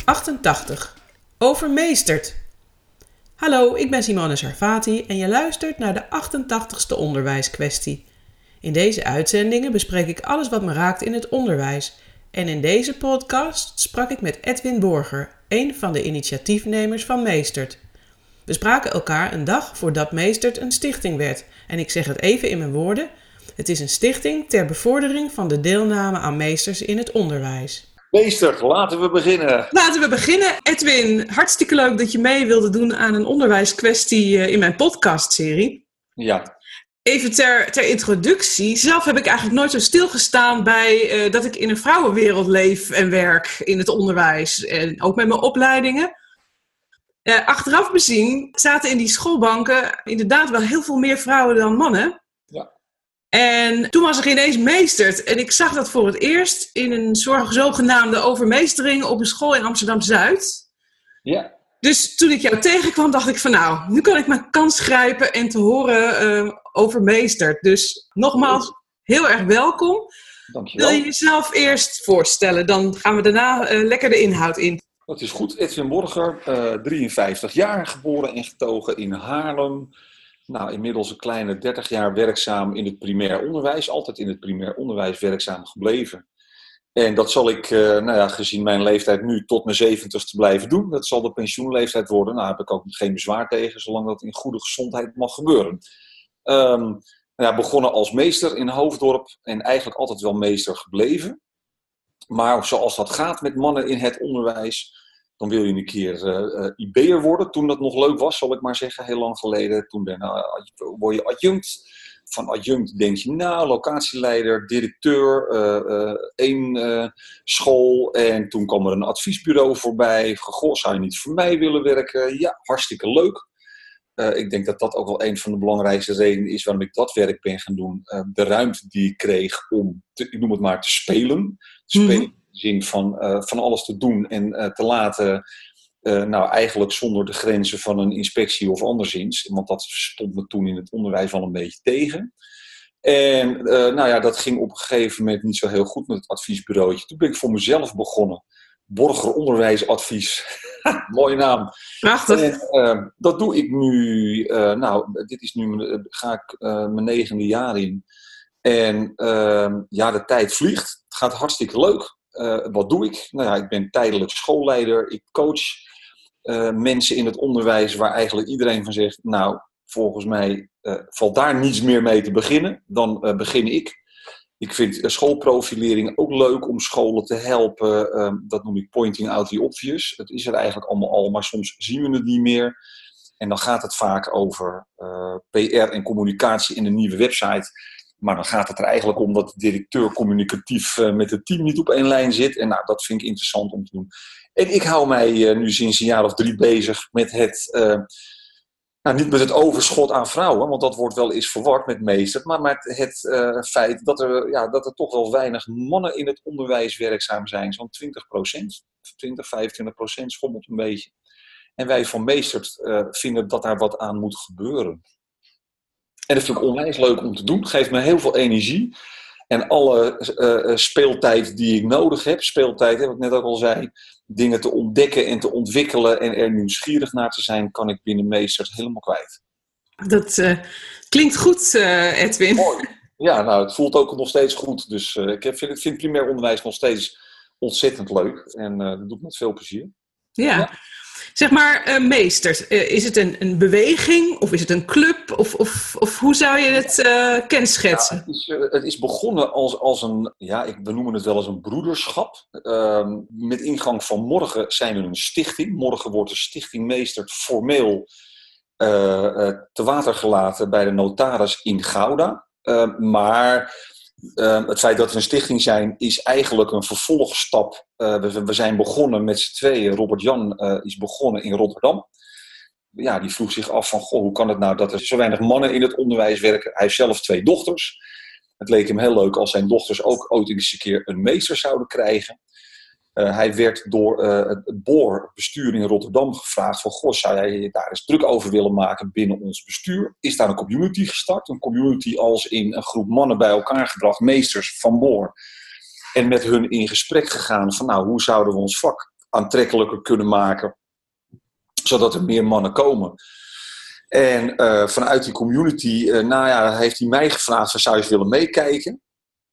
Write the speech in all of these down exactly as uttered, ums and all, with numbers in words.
achtentachtig. Overmeesterd. Hallo, ik ben Simone Sarfati en je luistert naar de achtentachtigste onderwijskwestie. In deze uitzendingen bespreek ik alles wat me raakt in het onderwijs. En in deze podcast sprak ik met Edwin Borger, een van de initiatiefnemers van Meesterd. We spraken elkaar een dag voordat Meesterd een stichting werd. En ik zeg het even in mijn woorden. Het is een stichting ter bevordering van de deelname aan meesters in het onderwijs. Meester, laten we beginnen. Laten we beginnen. Edwin, hartstikke leuk dat je mee wilde doen aan een onderwijskwestie in mijn podcastserie. Ja. Even ter, ter introductie. Zelf heb ik eigenlijk nooit zo stilgestaan bij uh, dat ik in een vrouwenwereld leef en werk in het onderwijs. En ook met mijn opleidingen. Uh, achteraf bezien zaten in die schoolbanken inderdaad wel heel veel meer vrouwen dan mannen. Ja. En toen was er ineens Meesterd. En ik zag dat voor het eerst in een soort zogenaamde overmeestering op een school in Amsterdam-Zuid. Ja. Dus toen ik jou tegenkwam, dacht ik van nou, nu kan ik mijn kans grijpen en te horen uh, over Meesterd. Dus nogmaals, heel erg welkom. Dankjewel. Wil je jezelf eerst voorstellen? Dan gaan we daarna uh, lekker de inhoud in. Dat is goed. Edwin Borger, uh, drieënvijftig jaar, geboren en getogen in Haarlem. Nou, inmiddels een kleine dertig jaar werkzaam in het primair onderwijs. Altijd in het primair onderwijs werkzaam gebleven. En dat zal ik, uh, nou ja, gezien mijn leeftijd nu, tot mijn zeventigste blijven doen. Dat zal de pensioenleeftijd worden. Nou, daar heb ik ook geen bezwaar tegen, zolang dat in goede gezondheid mag gebeuren. Um, nou ja, begonnen als meester in Hoofddorp en eigenlijk altijd wel meester gebleven. Maar zoals dat gaat met mannen in het onderwijs, dan wil je een keer uh, uh, I B'er worden. Toen dat nog leuk was, zal ik maar zeggen, heel lang geleden. Toen ben, uh, word je adjunct. Van adjunct denk je, nou, locatieleider, directeur, uh, uh, één uh, school. En toen kwam er een adviesbureau voorbij. Goh, zou je niet voor mij willen werken? Ja, hartstikke leuk. Uh, ik denk dat dat ook wel een van de belangrijkste redenen is waarom ik dat werk ben gaan doen. Uh, de ruimte die ik kreeg om, te, ik noem het maar, te spelen. Te spelen mm-hmm. In de zin van, uh, van alles te doen en uh, te laten... Uh, nou, eigenlijk zonder de grenzen van een inspectie of anderszins. Want dat stond me toen in het onderwijs wel een beetje tegen. En uh, nou ja, dat ging op een gegeven moment niet zo heel goed met het adviesbureautje. Toen ben ik voor mezelf begonnen. Borger Onderwijsadvies. Mooie naam. Prachtig. En, uh, dat doe ik nu. Uh, nou, dit is nu uh, ga ik uh, mijn negende jaar in. En uh, ja, de tijd vliegt. Het gaat hartstikke leuk. Uh, wat doe ik? Nou ja, ik ben tijdelijk schoolleider. Ik coach uh, mensen in het onderwijs waar eigenlijk iedereen van zegt, nou, volgens mij uh, valt daar niets meer mee te beginnen. Dan uh, begin ik. Ik vind uh, schoolprofilering ook leuk om scholen te helpen. Uh, dat noem ik pointing out the obvious. Het is er eigenlijk allemaal al, maar soms zien we het niet meer. En dan gaat het vaak over uh, P R en communicatie in een nieuwe website. Maar dan gaat het er eigenlijk om dat de directeur communicatief uh, met het team niet op één lijn zit. En nou, dat vind ik interessant om te doen. En ik hou mij uh, nu sinds een jaar of drie bezig met het... Uh, nou, niet met het overschot aan vrouwen, want dat wordt wel eens verward met meester. Maar met het uh, feit dat er, ja, dat er toch wel weinig mannen in het onderwijs werkzaam zijn. Zo'n twintig procent, twintig, vijfentwintig procent schommelt een beetje. En wij van Meesterd uh, vinden dat daar wat aan moet gebeuren. En dat vind ik onwijs leuk om te doen. Het geeft me heel veel energie. En alle uh, speeltijd die ik nodig heb, speeltijd, hè, wat ik net ook al zei, dingen te ontdekken en te ontwikkelen en er nieuwsgierig naar te zijn, kan ik binnen Meesterd helemaal kwijt. Dat uh, klinkt goed, uh, Edwin. Mooi. Ja, nou, het voelt ook nog steeds goed. Dus uh, ik vind, vind primair onderwijs nog steeds ontzettend leuk. En uh, dat doe ik met veel plezier. Ja. ja. Zeg maar, uh, Meesterd, uh, is het een, een beweging of is het een club? Of, of, of hoe zou je het uh, kenschetsen? Ja, het, is, uh, het is begonnen als, als een, ja, ik, we noemen het wel als een broederschap. Uh, met ingang van morgen zijn we een stichting. Morgen wordt de stichting Meesterd formeel uh, uh, te water gelaten bij de notaris in Gouda. Uh, maar... Uh, het feit dat we een stichting zijn is eigenlijk een vervolgstap. Uh, we, we zijn begonnen met z'n tweeën. Robert Jan uh, is begonnen in Rotterdam. Ja, die vroeg zich af van, goh, hoe kan het nou dat er zo weinig mannen in het onderwijs werken? Hij heeft zelf twee dochters. Het leek hem heel leuk als zijn dochters ook ooit eens een keer een meester zouden krijgen. Uh, hij werd door uh, het boorbestuur in Rotterdam gevraagd van, goh, zou jij daar eens druk over willen maken binnen ons bestuur? Is daar een community gestart? Een community als in een groep mannen bij elkaar gebracht, meesters van boor. En met hun in gesprek gegaan van, nou, hoe zouden we ons vak aantrekkelijker kunnen maken. Zodat er meer mannen komen. En uh, vanuit die community, uh, nou ja, heeft hij mij gevraagd, zou je eens willen meekijken?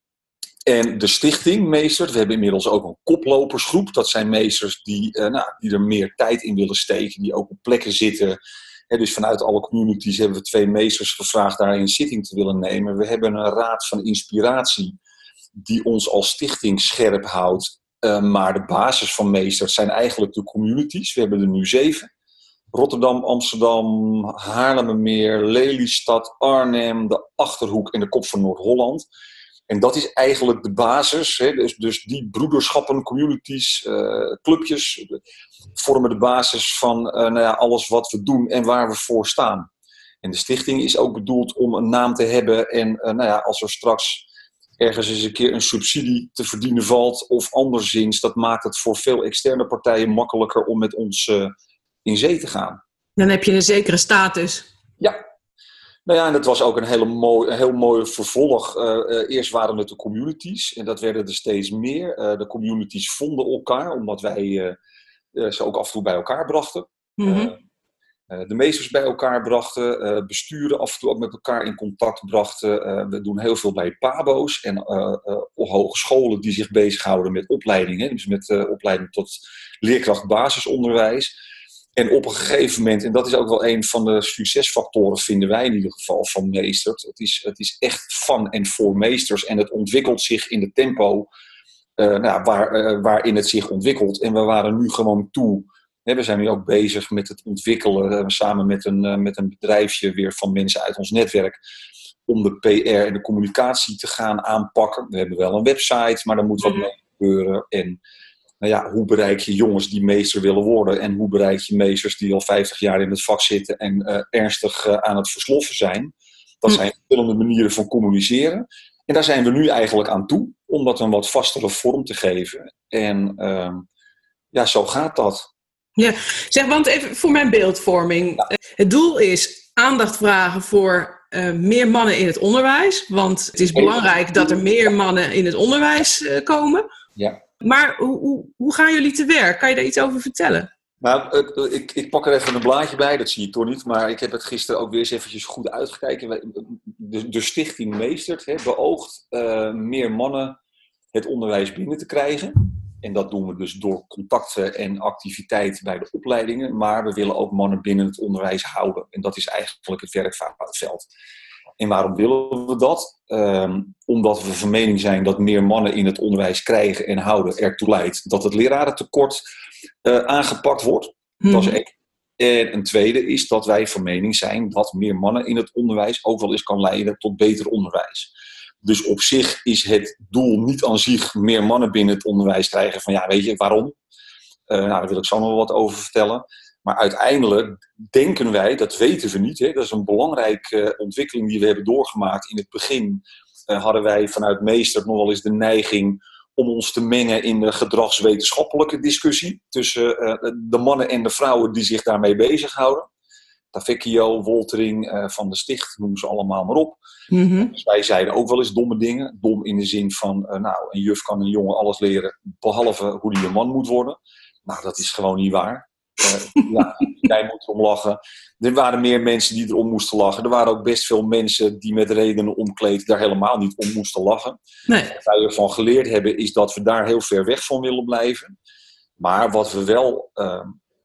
En de stichting Meestert, we hebben inmiddels ook een koplopersgroep. Dat zijn meesters die, uh, nou, die er meer tijd in willen steken, die ook op plekken zitten. He, dus vanuit alle communities hebben we twee meesters gevraagd daar een zitting te willen nemen. We hebben een raad van inspiratie die ons als stichting scherp houdt. Uh, maar de basis van Meestert zijn eigenlijk de communities. We hebben er nu zeven. Rotterdam, Amsterdam, Haarlemmermeer, Lelystad, Arnhem, de Achterhoek en de Kop van Noord-Holland. En dat is eigenlijk de basis. Hè? Dus, dus die broederschappen, communities, uh, clubjes vormen de basis van uh, nou ja, alles wat we doen en waar we voor staan. En de stichting is ook bedoeld om een naam te hebben. En uh, nou ja, als er straks ergens eens een keer een subsidie te verdienen valt of anderszins, dat maakt het voor veel externe partijen makkelijker om met ons uh, in zee te gaan. Dan heb je een zekere status. Ja. Nou ja, en dat was ook een, hele mooi, een heel mooi vervolg. Uh, uh, eerst waren het de communities en dat werden er steeds meer. Uh, de communities vonden elkaar, omdat wij uh, uh, ze ook af en toe bij elkaar brachten. Mm-hmm. Uh, uh, de meesters bij elkaar brachten, uh, besturen af en toe ook met elkaar in contact brachten. Uh, we doen heel veel bij P A B O's en uh, uh, hogescholen die zich bezighouden met opleidingen. Dus met uh, opleiding tot leerkracht basisonderwijs. En op een gegeven moment, en dat is ook wel een van de succesfactoren, vinden wij in ieder geval, van Meestert. Het is, het is echt van en voor meesters en het ontwikkelt zich in de tempo uh, nou, waar, uh, waarin het zich ontwikkelt. En we waren nu gewoon toe. Hè, we zijn nu ook bezig met het ontwikkelen, uh, samen met een, uh, met een bedrijfje weer van mensen uit ons netwerk, om de P R en de communicatie te gaan aanpakken. We hebben wel een website, maar daar moet wat mee gebeuren. En nou ja, hoe bereik je jongens die meester willen worden? En hoe bereik je meesters die al vijftig jaar in het vak zitten en uh, ernstig uh, aan het versloffen zijn? Dat zijn verschillende manieren van communiceren. En daar zijn we nu eigenlijk aan toe, om dat een wat vastere vorm te geven. En uh, ja, zo gaat dat. Ja, zeg, want even voor mijn beeldvorming. Ja. Het doel is aandacht vragen voor uh, meer mannen in het onderwijs. Want het is belangrijk dat er meer mannen in het onderwijs uh, komen. Ja. Maar hoe, hoe, hoe gaan jullie te werk? Kan je daar iets over vertellen? Nou, ik, ik pak er even een blaadje bij, dat zie je toch niet. Maar ik heb het gisteren ook weer eens eventjes goed uitgekeken. De, de stichting Meestert he, beoogt uh, meer mannen het onderwijs binnen te krijgen. En dat doen we dus door contacten en activiteit bij de opleidingen. Maar we willen ook mannen binnen het onderwijs houden. En dat is eigenlijk het werkveld. En waarom willen we dat? Um, omdat we van mening zijn dat meer mannen in het onderwijs krijgen en houden ertoe leidt dat het lerarentekort uh, aangepakt wordt. Hmm. Dat is één. En een tweede is dat wij van mening zijn dat meer mannen in het onderwijs ook wel eens kan leiden tot beter onderwijs. Dus op zich is het doel niet aan zich meer mannen binnen het onderwijs krijgen. Van ja, weet je, waarom? Uh, nou, daar wil ik zo nog wel wat over vertellen. Maar uiteindelijk denken wij, dat weten we niet. Hè? Dat is een belangrijke uh, ontwikkeling die we hebben doorgemaakt. In het begin uh, hadden wij vanuit Meestert nog wel eens de neiging om ons te mengen in de gedragswetenschappelijke discussie. Tussen uh, de mannen en de vrouwen die zich daarmee bezighouden. Tavecchio, Woltering, uh, Van de Sticht, noemen ze allemaal maar op. Mm-hmm. Dus wij zeiden ook wel eens domme dingen. Dom in de zin van, uh, nou, een juf kan een jongen alles leren, behalve hoe die een man moet worden. Nou, dat is gewoon niet waar. Uh, ja, jij moet erom lachen. Er waren meer mensen die erom moesten lachen. Er waren ook best veel mensen die met redenen omkleed daar helemaal niet om moesten lachen. Nee. Wat wij ervan geleerd hebben is dat we daar heel ver weg van willen blijven. Maar wat we wel uh,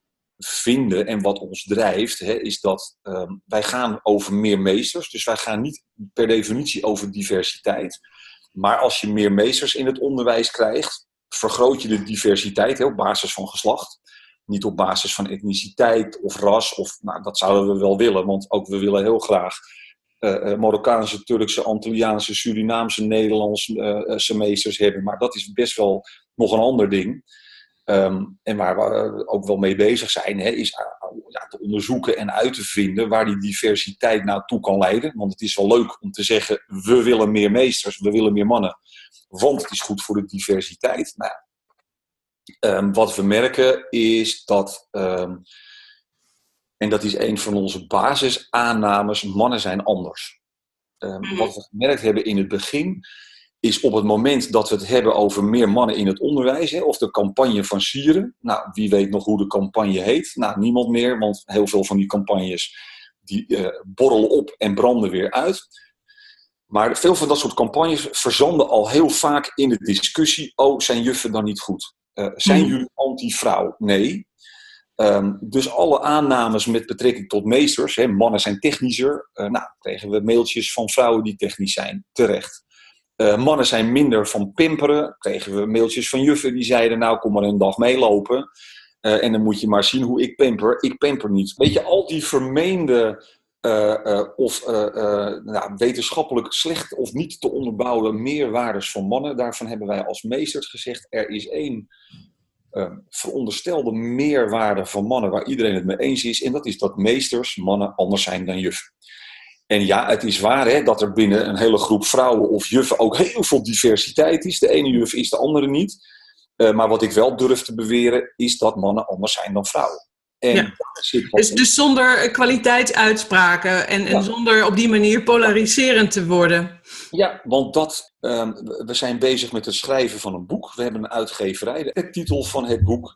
vinden en wat ons drijft, hè, is dat uh, wij gaan over meer meesters. Dus wij gaan niet per definitie over diversiteit. Maar als je meer meesters in het onderwijs krijgt, vergroot je de diversiteit hè, op basis van geslacht. Niet op basis van etniciteit of ras. Of, nou, dat zouden we wel willen. Want ook we willen heel graag uh, Marokkaanse, Turkse, Antilliaanse, Surinaamse, Nederlandse uh, meesters hebben. Maar dat is best wel nog een ander ding. Um, en waar we ook wel mee bezig zijn, hè, is uh, ja, te onderzoeken en uit te vinden waar die diversiteit nou toe kan leiden. Want het is wel leuk om te zeggen, we willen meer meesters, we willen meer mannen. Want het is goed voor de diversiteit. Nou, Um, wat we merken is dat, um, en dat is een van onze basisaannames, mannen zijn anders. Um, mm. Wat we gemerkt hebben in het begin is op het moment dat we het hebben over meer mannen in het onderwijs, hè, of de campagne van Sieren. Nou, wie weet nog hoe de campagne heet? Nou, niemand meer, want heel veel van die campagnes die uh, borrelen op en branden weer uit. Maar veel van dat soort campagnes verzanden al heel vaak in de discussie. Oh, zijn juffen dan niet goed? Uh, zijn jullie anti-vrouw? Nee. Um, dus alle aannames met betrekking tot meesters, hè, mannen zijn technischer. Uh, nou, kregen we mailtjes van vrouwen die technisch zijn, terecht. Uh, mannen zijn minder van pimperen. Kregen we mailtjes van juffen die zeiden, nou kom maar een dag meelopen. Uh, en dan moet je maar zien hoe ik pamper. Ik pamper niet. Weet je, al die vermeende uh, uh, of uh, uh, nou, wetenschappelijk slecht of niet te onderbouwen meerwaardes van mannen. Daarvan hebben wij als meesters gezegd, er is één uh, veronderstelde meerwaarde van mannen waar iedereen het mee eens is. En dat is dat meesters, mannen, anders zijn dan juffen. En ja, het is waar hè, dat er binnen een hele groep vrouwen of juffen ook heel veel diversiteit is. De ene juf is de andere niet. Uh, maar wat ik wel durf te beweren, is dat mannen anders zijn dan vrouwen. En ja. zit dus, dus zonder kwaliteitsuitspraken en, ja. en zonder op die manier polariserend te worden. Ja, want dat, um, we zijn bezig met het schrijven van een boek. We hebben een uitgeverij. De titel van het boek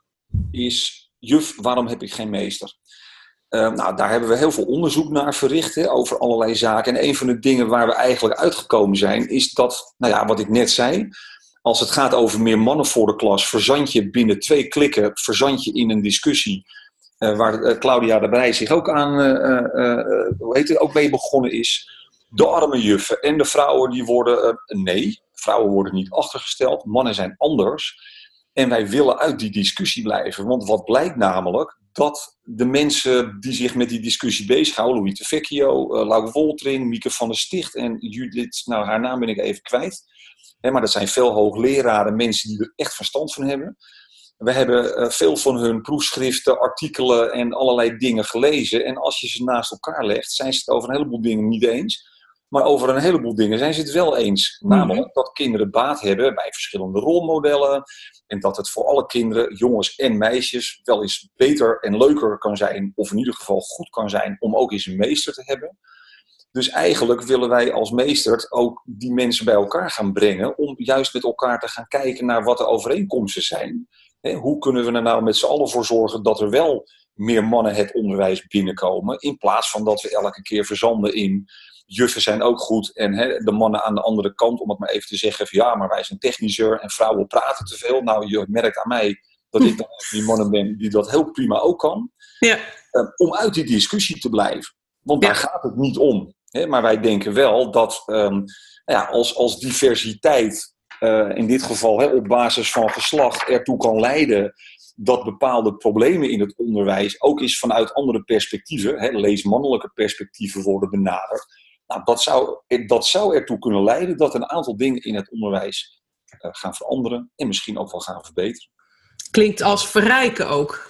is Juf, waarom heb ik geen meester? Uh, nou, daar hebben we heel veel onderzoek naar verricht hè, over allerlei zaken. En een van de dingen waar we eigenlijk uitgekomen zijn, is dat, nou ja, wat ik net zei. Als het gaat over meer mannen voor de klas, verzand je binnen twee klikken, verzand je in een discussie uh, waar uh, Claudia de Breij zich ook aan, uh, uh, hoe heet het, ook mee begonnen is. De arme juffen en de vrouwen die worden, uh, nee, vrouwen worden niet achtergesteld, mannen zijn anders. En wij willen uit die discussie blijven, want wat blijkt namelijk, dat de mensen die zich met die discussie bezighouden, Louis de Vecchio, uh, Lau Woltering, Mieke van der Sticht en Judith, nou haar naam ben ik even kwijt. He, maar dat zijn veel hoogleraren, mensen die er echt verstand van hebben. We hebben uh, veel van hun proefschriften, artikelen en allerlei dingen gelezen. En als je ze naast elkaar legt, zijn ze het over een heleboel dingen niet eens. Maar over een heleboel dingen zijn ze het wel eens. Mm-hmm. Namelijk dat kinderen baat hebben bij verschillende rolmodellen. En dat het voor alle kinderen, jongens en meisjes, wel eens beter en leuker kan zijn. Of in ieder geval goed kan zijn om ook eens een meester te hebben. Dus eigenlijk willen wij als meester ook die mensen bij elkaar gaan brengen. Om juist met elkaar te gaan kijken naar wat de overeenkomsten zijn. He, hoe kunnen we er nou met z'n allen voor zorgen dat er wel meer mannen het onderwijs binnenkomen. In plaats van dat we elke keer verzanden in juffen zijn ook goed. En he, de mannen aan de andere kant, om het maar even te zeggen. Van, ja, maar wij zijn technischer en vrouwen praten te veel. Nou, je merkt aan mij dat ik dan die mannen ben die dat heel prima ook kan. Ja. Uh, om uit die discussie te blijven. Want daar ja. gaat het niet om. He, maar wij denken wel dat um, ja, als, als diversiteit, uh, in dit geval he, op basis van geslacht, ertoe kan leiden dat bepaalde problemen in het onderwijs ook eens vanuit andere perspectieven, he, lees mannelijke perspectieven, worden benaderd. Nou, dat zou, dat zou ertoe kunnen leiden dat een aantal dingen in het onderwijs uh, gaan veranderen en misschien ook wel gaan verbeteren. Klinkt als verrijken ook.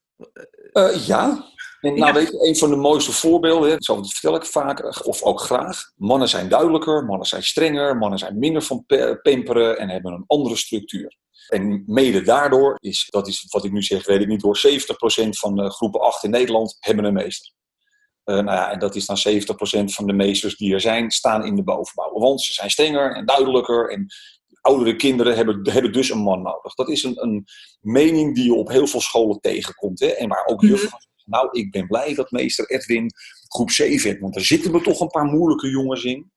Uh, ja. En nou, ja. weet je, een van de mooiste voorbeelden, hè, dat vertel ik vaak, of ook graag. Mannen zijn duidelijker, mannen zijn strenger, mannen zijn minder van pimperen en hebben een andere structuur. En mede daardoor is, dat is wat ik nu zeg, weet ik niet hoor, zeventig procent van de groepen acht in Nederland hebben een meester. Uh, nou ja, en dat is dan zeventig procent van de meesters die er zijn, staan in de bovenbouw. Want ze zijn strenger en duidelijker en oudere kinderen hebben, hebben dus een man nodig. Dat is een, een mening die je op heel veel scholen tegenkomt. Hè, en waar ook juffen mm-hmm. Nou, ik ben blij dat meester Edwin groep zeven heeft, want er zitten er toch een paar moeilijke jongens in.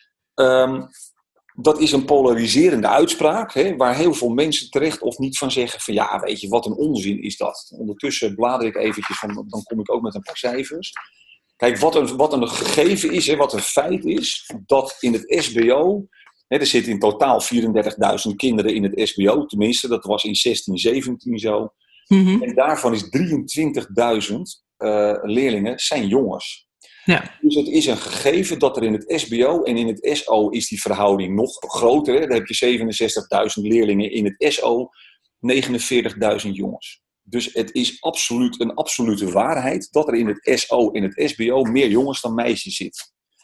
Um, dat is een polariserende uitspraak, hè, waar heel veel mensen terecht of niet van zeggen van ja, weet je, wat een onzin is dat. Ondertussen blader ik eventjes, van, dan kom ik ook met een paar cijfers. Kijk, wat een, wat een gegeven is, hè, wat een feit is, dat in het S B O, hè, er zitten in totaal vierendertigduizend kinderen in het S B O, tenminste, dat was in zestien zeventien zo. Mm-hmm. En daarvan is drieëntwintigduizend uh, leerlingen zijn jongens. Ja. Dus het is een gegeven dat er in het S B O en in het S O is die verhouding nog groter. Hè? Dan heb je zevenenzestigduizend leerlingen in het S O, negenenveertigduizend jongens. Dus het is absoluut een absolute waarheid dat er in het S O en het S B O meer jongens dan meisjes zitten.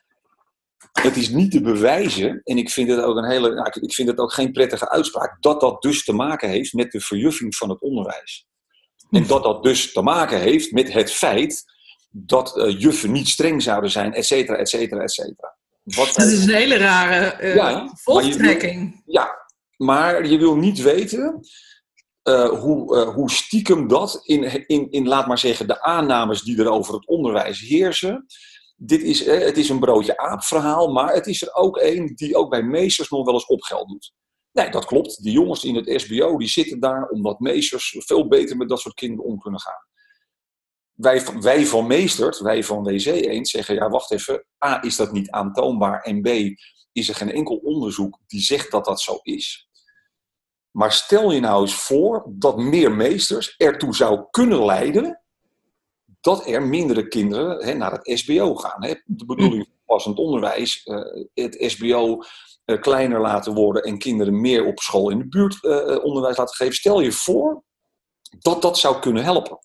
Het is niet te bewijzen, en ik vind het ook een hele, nou, ik vind het ook geen prettige uitspraak, dat dat dus te maken heeft met de verjuffing van het onderwijs. En dat dat dus te maken heeft met het feit dat uh, juffen niet streng zouden zijn, et cetera, et cetera, et cetera. Wat dat is een hele rare uh, ja, voltrekking. Maar wil, ja, maar je wil niet weten uh, hoe, uh, hoe stiekem dat in, in, in, laat maar zeggen, de aannames die er over het onderwijs heersen. Dit is, uh, het is een broodje aap verhaal, maar het is er ook een die ook bij meesters nog wel eens opgeld doet. Nee, dat klopt. Die jongens in het S B O die zitten daar omdat meesters veel beter met dat soort kinderen om kunnen gaan. Wij, wij van Meestert, wij van W C eens zeggen, ja wacht even, A, is dat niet aantoonbaar en B, is er geen enkel onderzoek die zegt dat dat zo is. Maar stel je nou eens voor dat meer meesters ertoe zou kunnen leiden dat er mindere kinderen hè, naar het S B O gaan. Hè. De bedoeling van passend onderwijs, uh, het S B O uh, kleiner laten worden en kinderen meer op school in de buurt uh, onderwijs laten geven. Stel je voor dat dat zou kunnen helpen.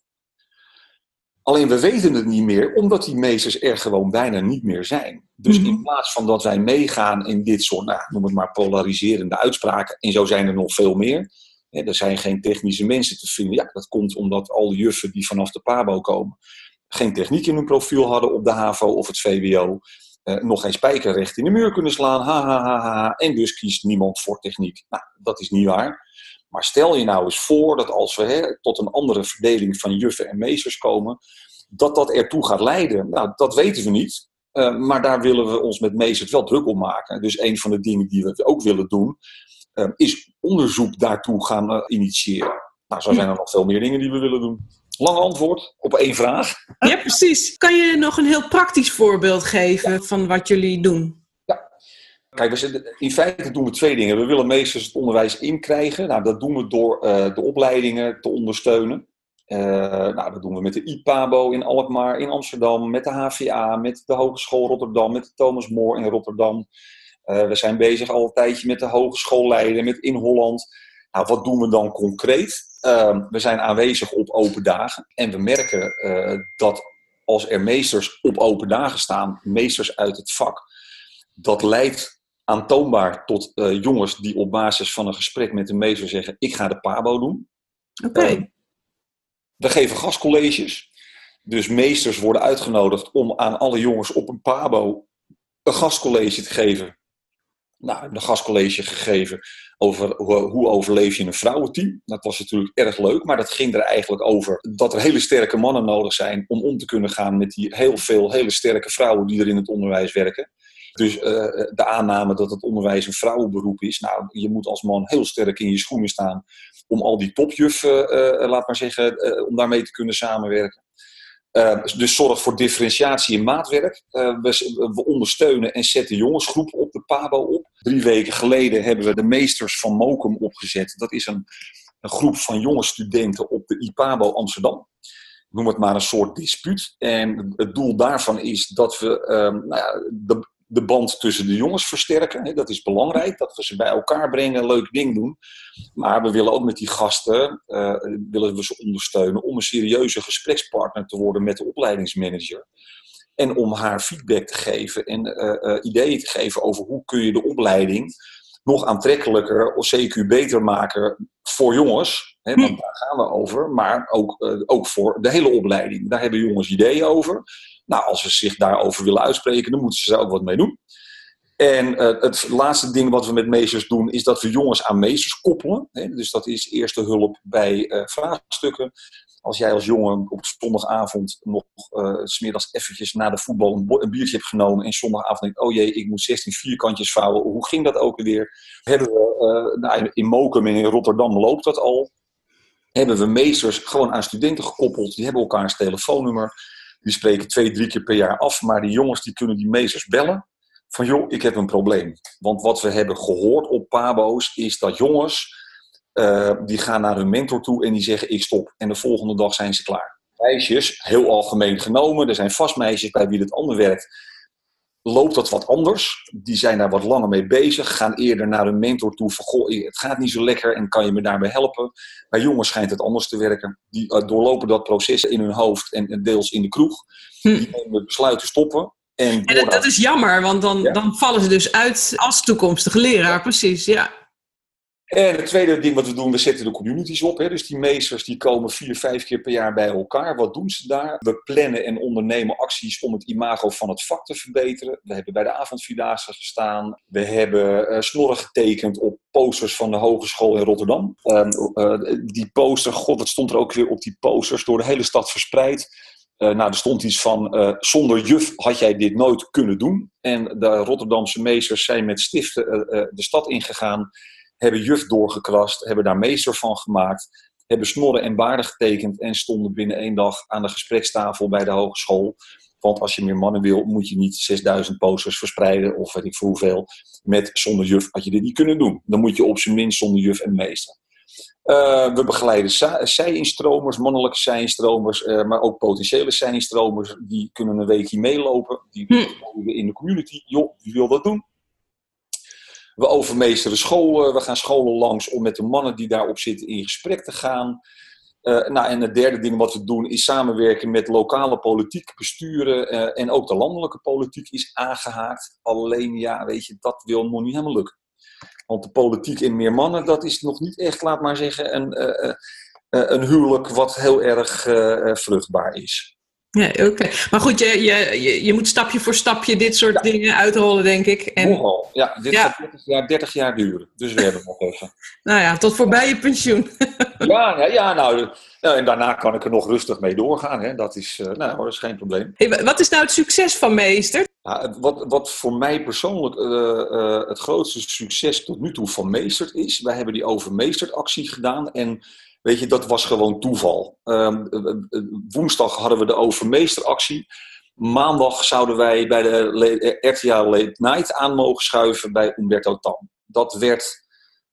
Alleen we weten het niet meer, omdat die meesters er gewoon bijna niet meer zijn. Dus mm-hmm. in plaats van dat wij meegaan in dit soort, nou, noem het maar polariserende uitspraken, en zo zijn er nog veel meer. Hè, er zijn geen technische mensen te vinden. Ja, dat komt omdat al die juffen die vanaf de PABO komen, geen techniek in hun profiel hadden op de HAVO of het V W O. Uh, nog geen spijker recht in de muur kunnen slaan. Ha, ha, ha, ha. En dus kiest niemand voor techniek. Nou, dat is niet waar. Maar stel je nou eens voor dat als we hè, tot een andere verdeling van juffen en meesters komen, dat dat ertoe gaat leiden. Nou, dat weten we niet. Uh, maar daar willen we ons met meesters wel druk op maken. Dus een van de dingen die we ook willen doen, uh, is onderzoek daartoe gaan uh, initiëren. Nou, zo zijn er nog veel meer dingen die we willen doen. Lang antwoord op één vraag. Ja, precies. Kan je nog een heel praktisch voorbeeld geven ja. van wat jullie doen? Ja. Kijk, we zitten, in feite doen we twee dingen. We willen meesters het onderwijs inkrijgen. Nou, dat doen we door uh, de opleidingen te ondersteunen. Uh, nou, dat doen we met de I P A B O in Alkmaar, in Amsterdam, met de H V A, met de Hogeschool Rotterdam, met de Thomas More in Rotterdam. Uh, we zijn bezig al een tijdje met de Hogeschool Leiden, met in Holland. Nou, wat doen we dan concreet? Uh, we zijn aanwezig op open dagen en we merken uh, dat als er meesters op open dagen staan, meesters uit het vak, dat leidt aantoonbaar tot uh, jongens die op basis van een gesprek met de meester zeggen, ik ga de PABO doen. Oké. Okay. Uh, we geven gastcolleges, dus meesters worden uitgenodigd om aan alle jongens op een PABO een gastcollege te geven. Nou, een gastcollege gegeven over hoe, hoe overleef je een vrouwenteam. Dat was natuurlijk erg leuk, maar dat ging er eigenlijk over dat er hele sterke mannen nodig zijn om om te kunnen gaan met die heel veel hele sterke vrouwen die er in het onderwijs werken. Dus uh, de aanname dat het onderwijs een vrouwenberoep is. Nou, je moet als man heel sterk in je schoenen staan om al die topjuffen, uh, laat maar zeggen, uh, om daarmee te kunnen samenwerken. Uh, dus zorg voor differentiatie in maatwerk. Uh, we, we ondersteunen en zetten jongensgroepen op de PABO op. Drie weken geleden hebben we de meesters van Mokum opgezet. Dat is een, een groep van jonge studenten op de I P A B O Amsterdam. Noem het maar een soort dispuut. En het doel daarvan is dat we um, nou ja, de, de band tussen de jongens versterken. Hè, dat is belangrijk, dat we ze bij elkaar brengen, een leuk ding doen. Maar we willen ook met die gasten uh, willen we ze ondersteunen om een serieuze gesprekspartner te worden met de opleidingsmanager. En om haar feedback te geven en uh, uh, ideeën te geven over hoe kun je de opleiding nog aantrekkelijker of C Q beter maken voor jongens. Hè, want daar gaan we over. Maar ook, uh, ook voor de hele opleiding. Daar hebben jongens ideeën over. Nou, als ze zich daarover willen uitspreken, dan moeten ze daar ook wat mee doen. En uh, het laatste ding wat we met meesters doen, is dat we jongens aan meesters koppelen. Hè? Dus dat is eerste hulp bij uh, vraagstukken. Als jij als jongen op zondagavond nog uh, 's middags eventjes na de voetbal een, bo- een biertje hebt genomen en zondagavond denkt, oh jee, ik moet zestien vierkantjes vouwen. Hoe ging dat ook alweer? Hebben we, uh, nou, in Mokum en in Rotterdam loopt dat al. Hebben we meesters gewoon aan studenten gekoppeld. Die hebben elkaars telefoonnummer. Die spreken twee, drie keer per jaar af. Maar die jongens die kunnen die meesters bellen. Van joh, ik heb een probleem. Want wat we hebben gehoord op PABO's is dat jongens, uh, die gaan naar hun mentor toe en die zeggen ik stop. En de volgende dag zijn ze klaar. Meisjes, heel algemeen genomen, er zijn vast meisjes bij wie het ander werkt. Loopt dat wat anders? Die zijn daar wat langer mee bezig. Gaan eerder naar hun mentor toe van goh, het gaat niet zo lekker en kan je me daarbij helpen? Bij jongens schijnt het anders te werken. Die uh, doorlopen dat proces in hun hoofd en deels in de kroeg. Hm. Die nemen het besluit te stoppen. En en dat, dat is jammer, want dan, ja. dan vallen ze dus uit als toekomstige leraar, ja. Precies, ja. En het tweede ding wat we doen, we zetten de communities op. Hè? Dus die meesters die komen vier, vijf keer per jaar bij elkaar. Wat doen ze daar? We plannen en ondernemen acties om het imago van het vak te verbeteren. We hebben bij de avondvierdaagse gestaan. We hebben uh, snorren getekend op posters van de Hogeschool in Rotterdam. Uh, uh, die poster, god, wat stond er ook weer op die posters? Door de hele stad verspreid. Uh, nou, er stond iets van, uh, zonder juf had jij dit nooit kunnen doen. En de Rotterdamse meesters zijn met stiften uh, uh, de stad ingegaan. Hebben juf doorgekrast, hebben daar meester van gemaakt, hebben snorren en baarden getekend en stonden binnen één dag aan de gesprekstafel bij de hogeschool. Want als je meer mannen wil, moet je niet zesduizend posters verspreiden of weet ik veel hoeveel. Met zonder juf had je dit niet kunnen doen. Dan moet je op zijn minst zonder juf en meester. Uh, we begeleiden zij-instromers, mannelijke zij-instromers, uh, maar ook potentiële zij-instromers. Die kunnen een weekje meelopen. Die hm. in de community. Joh, wie wil dat doen? We overmeesteren scholen, we gaan scholen langs om met de mannen die daarop zitten in gesprek te gaan. Uh, nou, en het derde ding wat we doen is samenwerken met lokale politiek, besturen uh, en ook de landelijke politiek is aangehaakt. Alleen, ja, weet je, dat wil nog niet helemaal lukken. Want de politiek en meer mannen, dat is nog niet echt, laat maar zeggen, een, uh, uh, een huwelijk wat heel erg uh, vruchtbaar is. Ja, oké. Okay. Maar goed, je, je, je, je moet stapje voor stapje dit soort ja. dingen uitrollen, denk ik. En... Nogal. Ja, dit ja. gaat dertig jaar, dertig jaar duren. Dus we hebben nog even. Nou ja, tot voorbij je pensioen. ja, ja, ja, nou, nou, en daarna kan ik er nog rustig mee doorgaan. Hè. Dat, is, uh, nou, dat is geen probleem. Hey, wat is nou het succes van Meester? Ja, wat, wat voor mij persoonlijk uh, uh, het grootste succes tot nu toe van Meestert is, wij hebben die Overmeesterd actie gedaan en weet je, dat was gewoon toeval. Uh, woensdag hadden we de Overmeesteractie. Maandag zouden wij bij de R T L Late Night aan mogen schuiven bij Umberto Tan. Dat werd,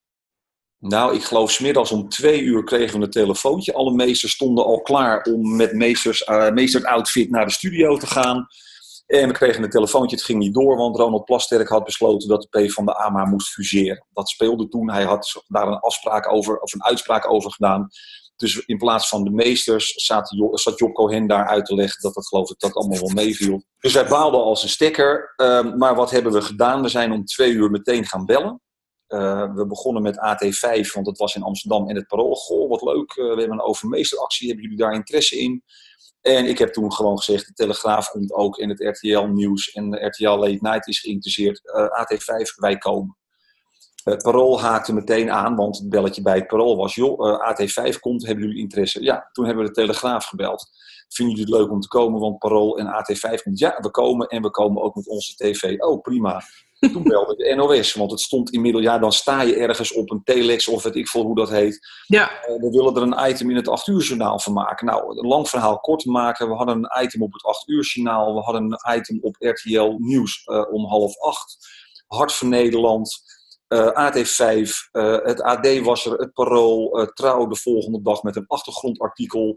nou ik geloof 's middags om twee uur kregen we een telefoontje. Alle meesters stonden al klaar om met meesters, uh, meesters outfit naar de studio te gaan. En we kregen een telefoontje, het ging niet door, want Ronald Plasterk had besloten dat de PvdA maar moest fuseren. Dat speelde toen, hij had daar een afspraak over, of een uitspraak over gedaan. Dus in plaats van de meesters zat, zat Job Cohen daar uit te leggen dat dat geloof ik dat allemaal wel meeviel. Dus wij baalden als een stekker, uh, maar wat hebben we gedaan? We zijn om twee uur meteen gaan bellen. Uh, we begonnen met A T vijf, want het was in Amsterdam en het Parool. Goh, wat leuk, uh, we hebben een Overmeesteractie, hebben jullie daar interesse in? En ik heb toen gewoon gezegd, de Telegraaf komt ook in het R T L-nieuws en de R T L Late Night is geïnteresseerd. Uh, A T vijf, wij komen. Het Parool haakte meteen aan, want het belletje bij het Parool was, joh, uh, A T vijf komt, hebben jullie interesse? Ja, toen hebben we de Telegraaf gebeld. Vinden jullie het leuk om te komen, want Parool en A T vijf komt? Ja, we komen en we komen ook met onze tv. Oh, prima. Toen belde de N O S, want het stond inmiddels, ja, dan sta je ergens op een telex of weet ik veel hoe dat heet. Ja. Uh, we willen er een item in het acht uur journaal van maken. Nou, een lang verhaal kort te maken. We hadden een item op het acht uur journaal. We hadden een item op R T L Nieuws uh, om half acht. Hart van Nederland. Uh, A T vijf. Uh, het A D was er. Het Parool. Uh, Trouw de volgende dag met een achtergrondartikel.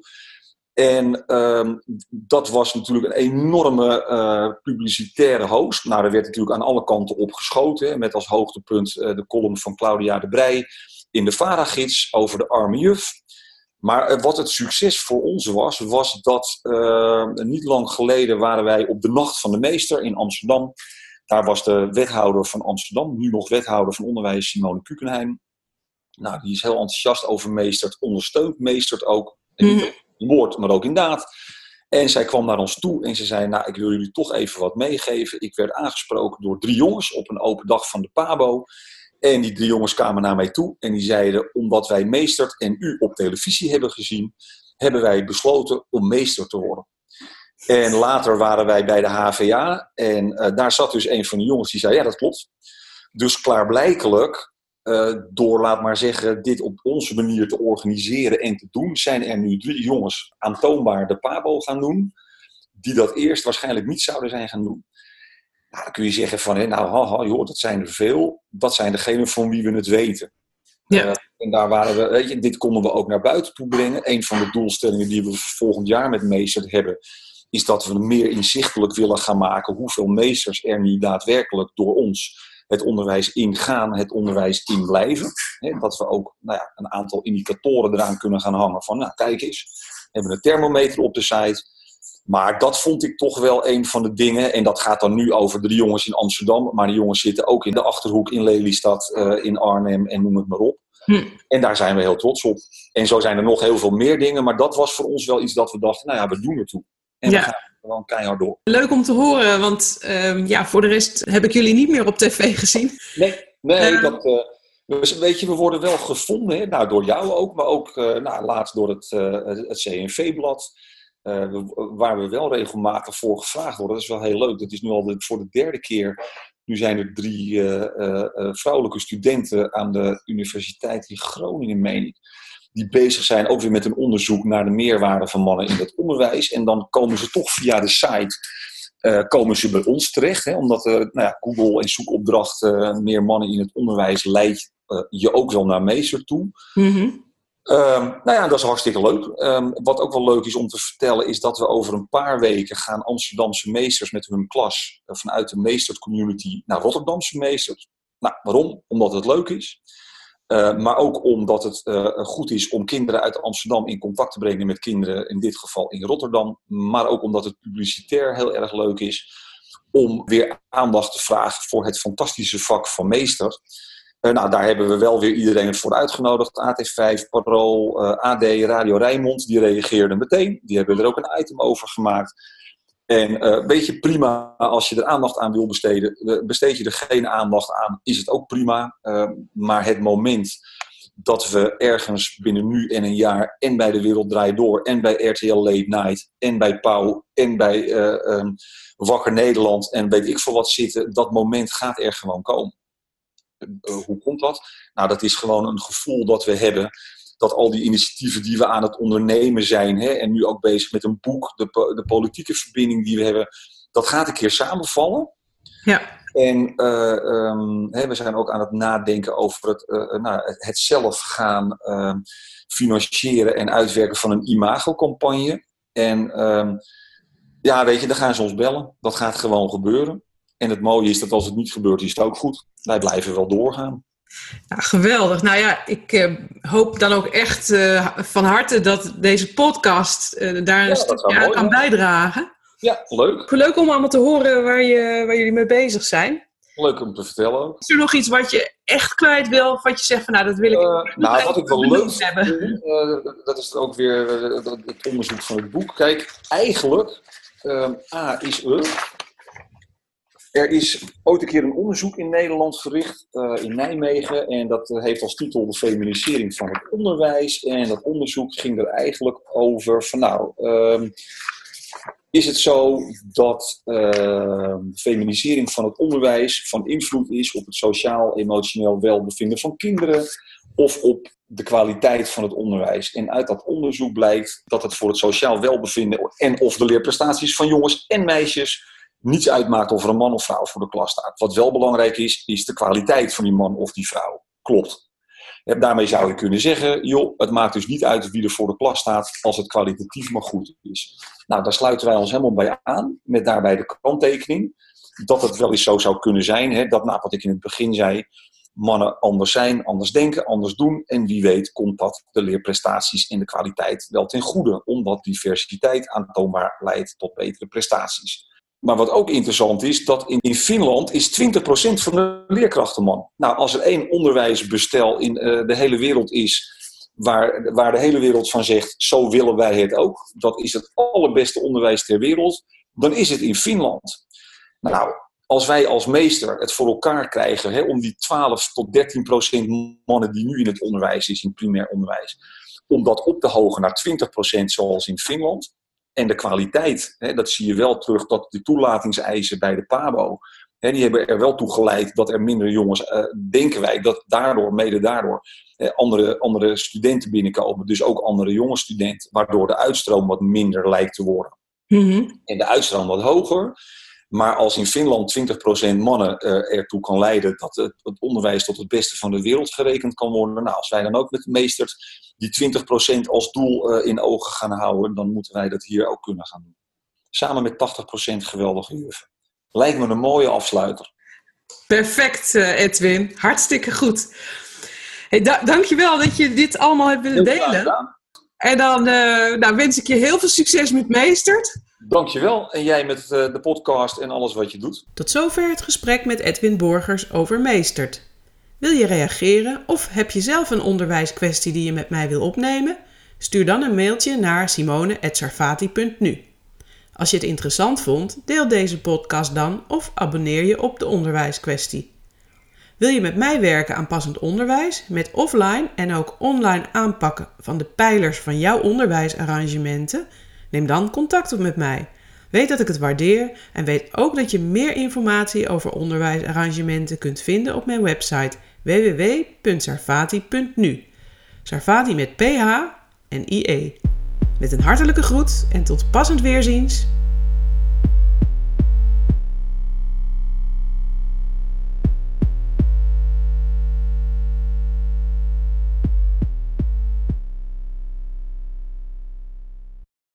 En um, dat was natuurlijk een enorme uh, publicitaire host. Nou, er werd natuurlijk aan alle kanten op geschoten. Hè, met als hoogtepunt uh, de column van Claudia de Breij in de VARA-gids over de arme juf. Maar uh, wat het succes voor ons was, was dat uh, niet lang geleden waren wij op de Nacht van de Meester in Amsterdam. Daar was de wethouder van Amsterdam, nu nog wethouder van onderwijs, Simone Kukenheim. Nou, die is heel enthousiast over Meestert, ondersteunt Meestert ook. En niet mm. in woord, maar ook in daad. En zij kwam naar ons toe en ze zei, nou, ik wil jullie toch even wat meegeven. Ik werd aangesproken door drie jongens op een open dag van de Pabo. En die drie jongens kwamen naar mij toe en die zeiden, omdat wij Meestert en u op televisie hebben gezien, hebben wij besloten om meester te worden. En later waren wij bij de H V A en uh, daar zat dus een van de jongens die zei, ja, dat klopt. Dus klaarblijkelijk, uh, door, laat maar zeggen, dit op onze manier te organiseren en te doen, zijn er nu drie jongens aantoonbaar de Pabo gaan doen, die dat eerst waarschijnlijk niet zouden zijn gaan doen. Nou, dan kun je zeggen van, nou, haha, joh, dat zijn er veel. Dat zijn degenen van wie we het weten. Ja. Uh, en daar waren we, weet je, dit konden we ook naar buiten toe brengen. Een van de doelstellingen die we volgend jaar met Meestert hebben, is dat we meer inzichtelijk willen gaan maken hoeveel meesters er nu daadwerkelijk door ons het onderwijs ingaan, het onderwijs in blijven. He, dat we ook nou ja, een aantal indicatoren eraan kunnen gaan hangen van, nou kijk eens, we hebben een thermometer op de site. Maar dat vond ik toch wel een van de dingen, en dat gaat dan nu over de jongens in Amsterdam, maar die jongens zitten ook in de Achterhoek, in Lelystad, uh, in Arnhem en noem het maar op. Hm. En daar zijn we heel trots op. En zo zijn er nog heel veel meer dingen. Maar dat was voor ons wel iets dat we dachten, nou ja, we doen ertoe. En ja. we gaan gewoon keihard door. Leuk om te horen, want um, ja, voor de rest heb ik jullie niet meer op tv gezien. Nee, nee uh, dat... Uh, Weet je, we worden wel gevonden, hè? Nou, door jou ook, maar ook uh, nou, laatst door het, uh, het C N V-blad, uh, waar we wel regelmatig voor gevraagd worden. Dat is wel heel leuk. Dat is nu al de, voor de derde keer. Nu zijn er drie uh, uh, vrouwelijke studenten aan de Universiteit in Groningen, meen ik, die bezig zijn ook weer met een onderzoek naar de meerwaarde van mannen in het onderwijs. En dan komen ze toch via de site... Uh, komen ze bij ons terecht, hè? Omdat uh, nou ja, Google en zoekopdrachten uh, meer mannen in het onderwijs leidt uh, je ook wel naar meester toe. Mm-hmm. Um, nou ja, dat is hartstikke leuk. Um, wat ook wel leuk is om te vertellen is dat we over een paar weken gaan Amsterdamse meesters met hun klas uh, vanuit de meestercommunity naar Rotterdamse meesters. Nou, waarom? Omdat het leuk is. Uh, maar ook omdat het uh, goed is om kinderen uit Amsterdam in contact te brengen met kinderen, in dit geval in Rotterdam. Maar ook omdat het publicitair heel erg leuk is om weer aandacht te vragen voor het fantastische vak van meester. Uh, nou, daar hebben we wel weer iedereen voor uitgenodigd. A T vijf, Parool, uh, A D, Radio Rijnmond, die reageerden meteen. Die hebben er ook een item over gemaakt. En uh, weet je, prima, als je er aandacht aan wil besteden, besteed je er geen aandacht aan, is het ook prima. Uh, maar het moment dat we ergens binnen nu en een jaar en bij De Wereld Draait Door en bij R T L Late Night en bij Pauw en bij uh, um, Wakker Nederland en weet ik veel wat zitten, dat moment gaat er gewoon komen. Uh, hoe komt dat? Nou, dat is gewoon een gevoel dat we hebben. Dat al die initiatieven die we aan het ondernemen zijn, hè, en nu ook bezig met een boek, de, de politieke verbinding die we hebben, dat gaat een keer samenvallen. Ja. En uh, um, hè, we zijn ook aan het nadenken over het, uh, nou, het zelf gaan uh, financieren en uitwerken van een imagocampagne. En um, ja, weet je, dan gaan ze ons bellen. Dat gaat gewoon gebeuren. En het mooie is dat als het niet gebeurt, is het ook goed. Wij blijven wel doorgaan. Nou, geweldig. Nou ja, ik uh, hoop dan ook echt uh, van harte dat deze podcast uh, daar ja, een stukje aan kan bijdragen. Ja, leuk. Leuk om allemaal te horen waar, je, waar jullie mee bezig zijn. Leuk om te vertellen ook. Is er nog iets wat je echt kwijt wil, of wat je zegt van nou, dat wil ik... Uh, nou, wat ik wel leuk vind, uh, dat is ook weer uh, het onderzoek van het boek. Kijk, eigenlijk, uh, A is er... Er is ooit een keer een onderzoek in Nederland verricht, uh, in Nijmegen. En dat uh, heeft als titel de feminisering van het onderwijs. En dat onderzoek ging er eigenlijk over van nou, uh, is het zo dat uh, de feminisering van het onderwijs van invloed is op het sociaal-emotioneel welbevinden van kinderen of op de kwaliteit van het onderwijs? En uit dat onderzoek blijkt dat het voor het sociaal welbevinden en of de leerprestaties van jongens en meisjes niets uitmaakt of er een man of vrouw voor de klas staat. Wat wel belangrijk is, is de kwaliteit van die man of die vrouw. Klopt. Daarmee zou je kunnen zeggen, joh, het maakt dus niet uit wie er voor de klas staat als het kwalitatief maar goed is. Nou, daar sluiten wij ons helemaal bij aan, met daarbij de kanttekening, dat het wel eens zo zou kunnen zijn, hè, dat, nou, wat ik in het begin zei, mannen anders zijn, anders denken, anders doen. En wie weet komt dat de leerprestaties en de kwaliteit wel ten goede, omdat diversiteit aantoonbaar leidt tot betere prestaties. Maar wat ook interessant is, dat in, in Finland is twintig procent van de leerkrachten man. Nou, als er één onderwijsbestel in uh, de hele wereld is, waar, waar de hele wereld van zegt, zo willen wij het ook, dat is het allerbeste onderwijs ter wereld, dan is het in Finland. Nou, als wij als meester het voor elkaar krijgen, hè, om die twaalf tot dertien procent mannen die nu in het onderwijs is, in het primair onderwijs, om dat op te hogen naar twintig procent zoals in Finland. En de kwaliteit, hè, dat zie je wel terug, dat de toelatingseisen bij de P A B O, hè, die hebben er wel toe geleid dat er minder jongens, uh, denken wij, dat daardoor, mede daardoor, eh, andere, andere studenten binnenkomen. Dus ook andere jonge studenten, waardoor de uitstroom wat minder lijkt te worden. Mm-hmm. En de uitstroom wat hoger. Maar als in Finland twintig procent mannen uh, ertoe kan leiden dat het, het onderwijs tot het beste van de wereld gerekend kan worden. Nou, als wij dan ook met de meesters die twintig procent als doel uh, in ogen gaan houden, dan moeten wij dat hier ook kunnen gaan doen. Samen met tachtig procent geweldige juffen. Lijkt me een mooie afsluiter. Perfect, uh, Edwin. Hartstikke goed. Hey, da- dankjewel dat je dit allemaal hebt willen delen. En dan uh, nou, wens ik je heel veel succes met Meestert. Dankjewel. En jij met uh, de podcast en alles wat je doet. Tot zover het gesprek met Edwin Borgers over Meestert. Wil je reageren of heb je zelf een onderwijskwestie die je met mij wil opnemen? Stuur dan een mailtje naar simone at sarfati punt nu. Als je het interessant vond, deel deze podcast dan of abonneer je op de onderwijskwestie. Wil je met mij werken aan passend onderwijs, met offline en ook online aanpakken van de pijlers van jouw onderwijsarrangementen? Neem dan contact op met mij. Weet dat ik het waardeer en weet ook dat je meer informatie over onderwijsarrangementen kunt vinden op mijn website w w w punt sarfati punt nu. Sarfati met P H en I E. Met een hartelijke groet en tot passend weerziens.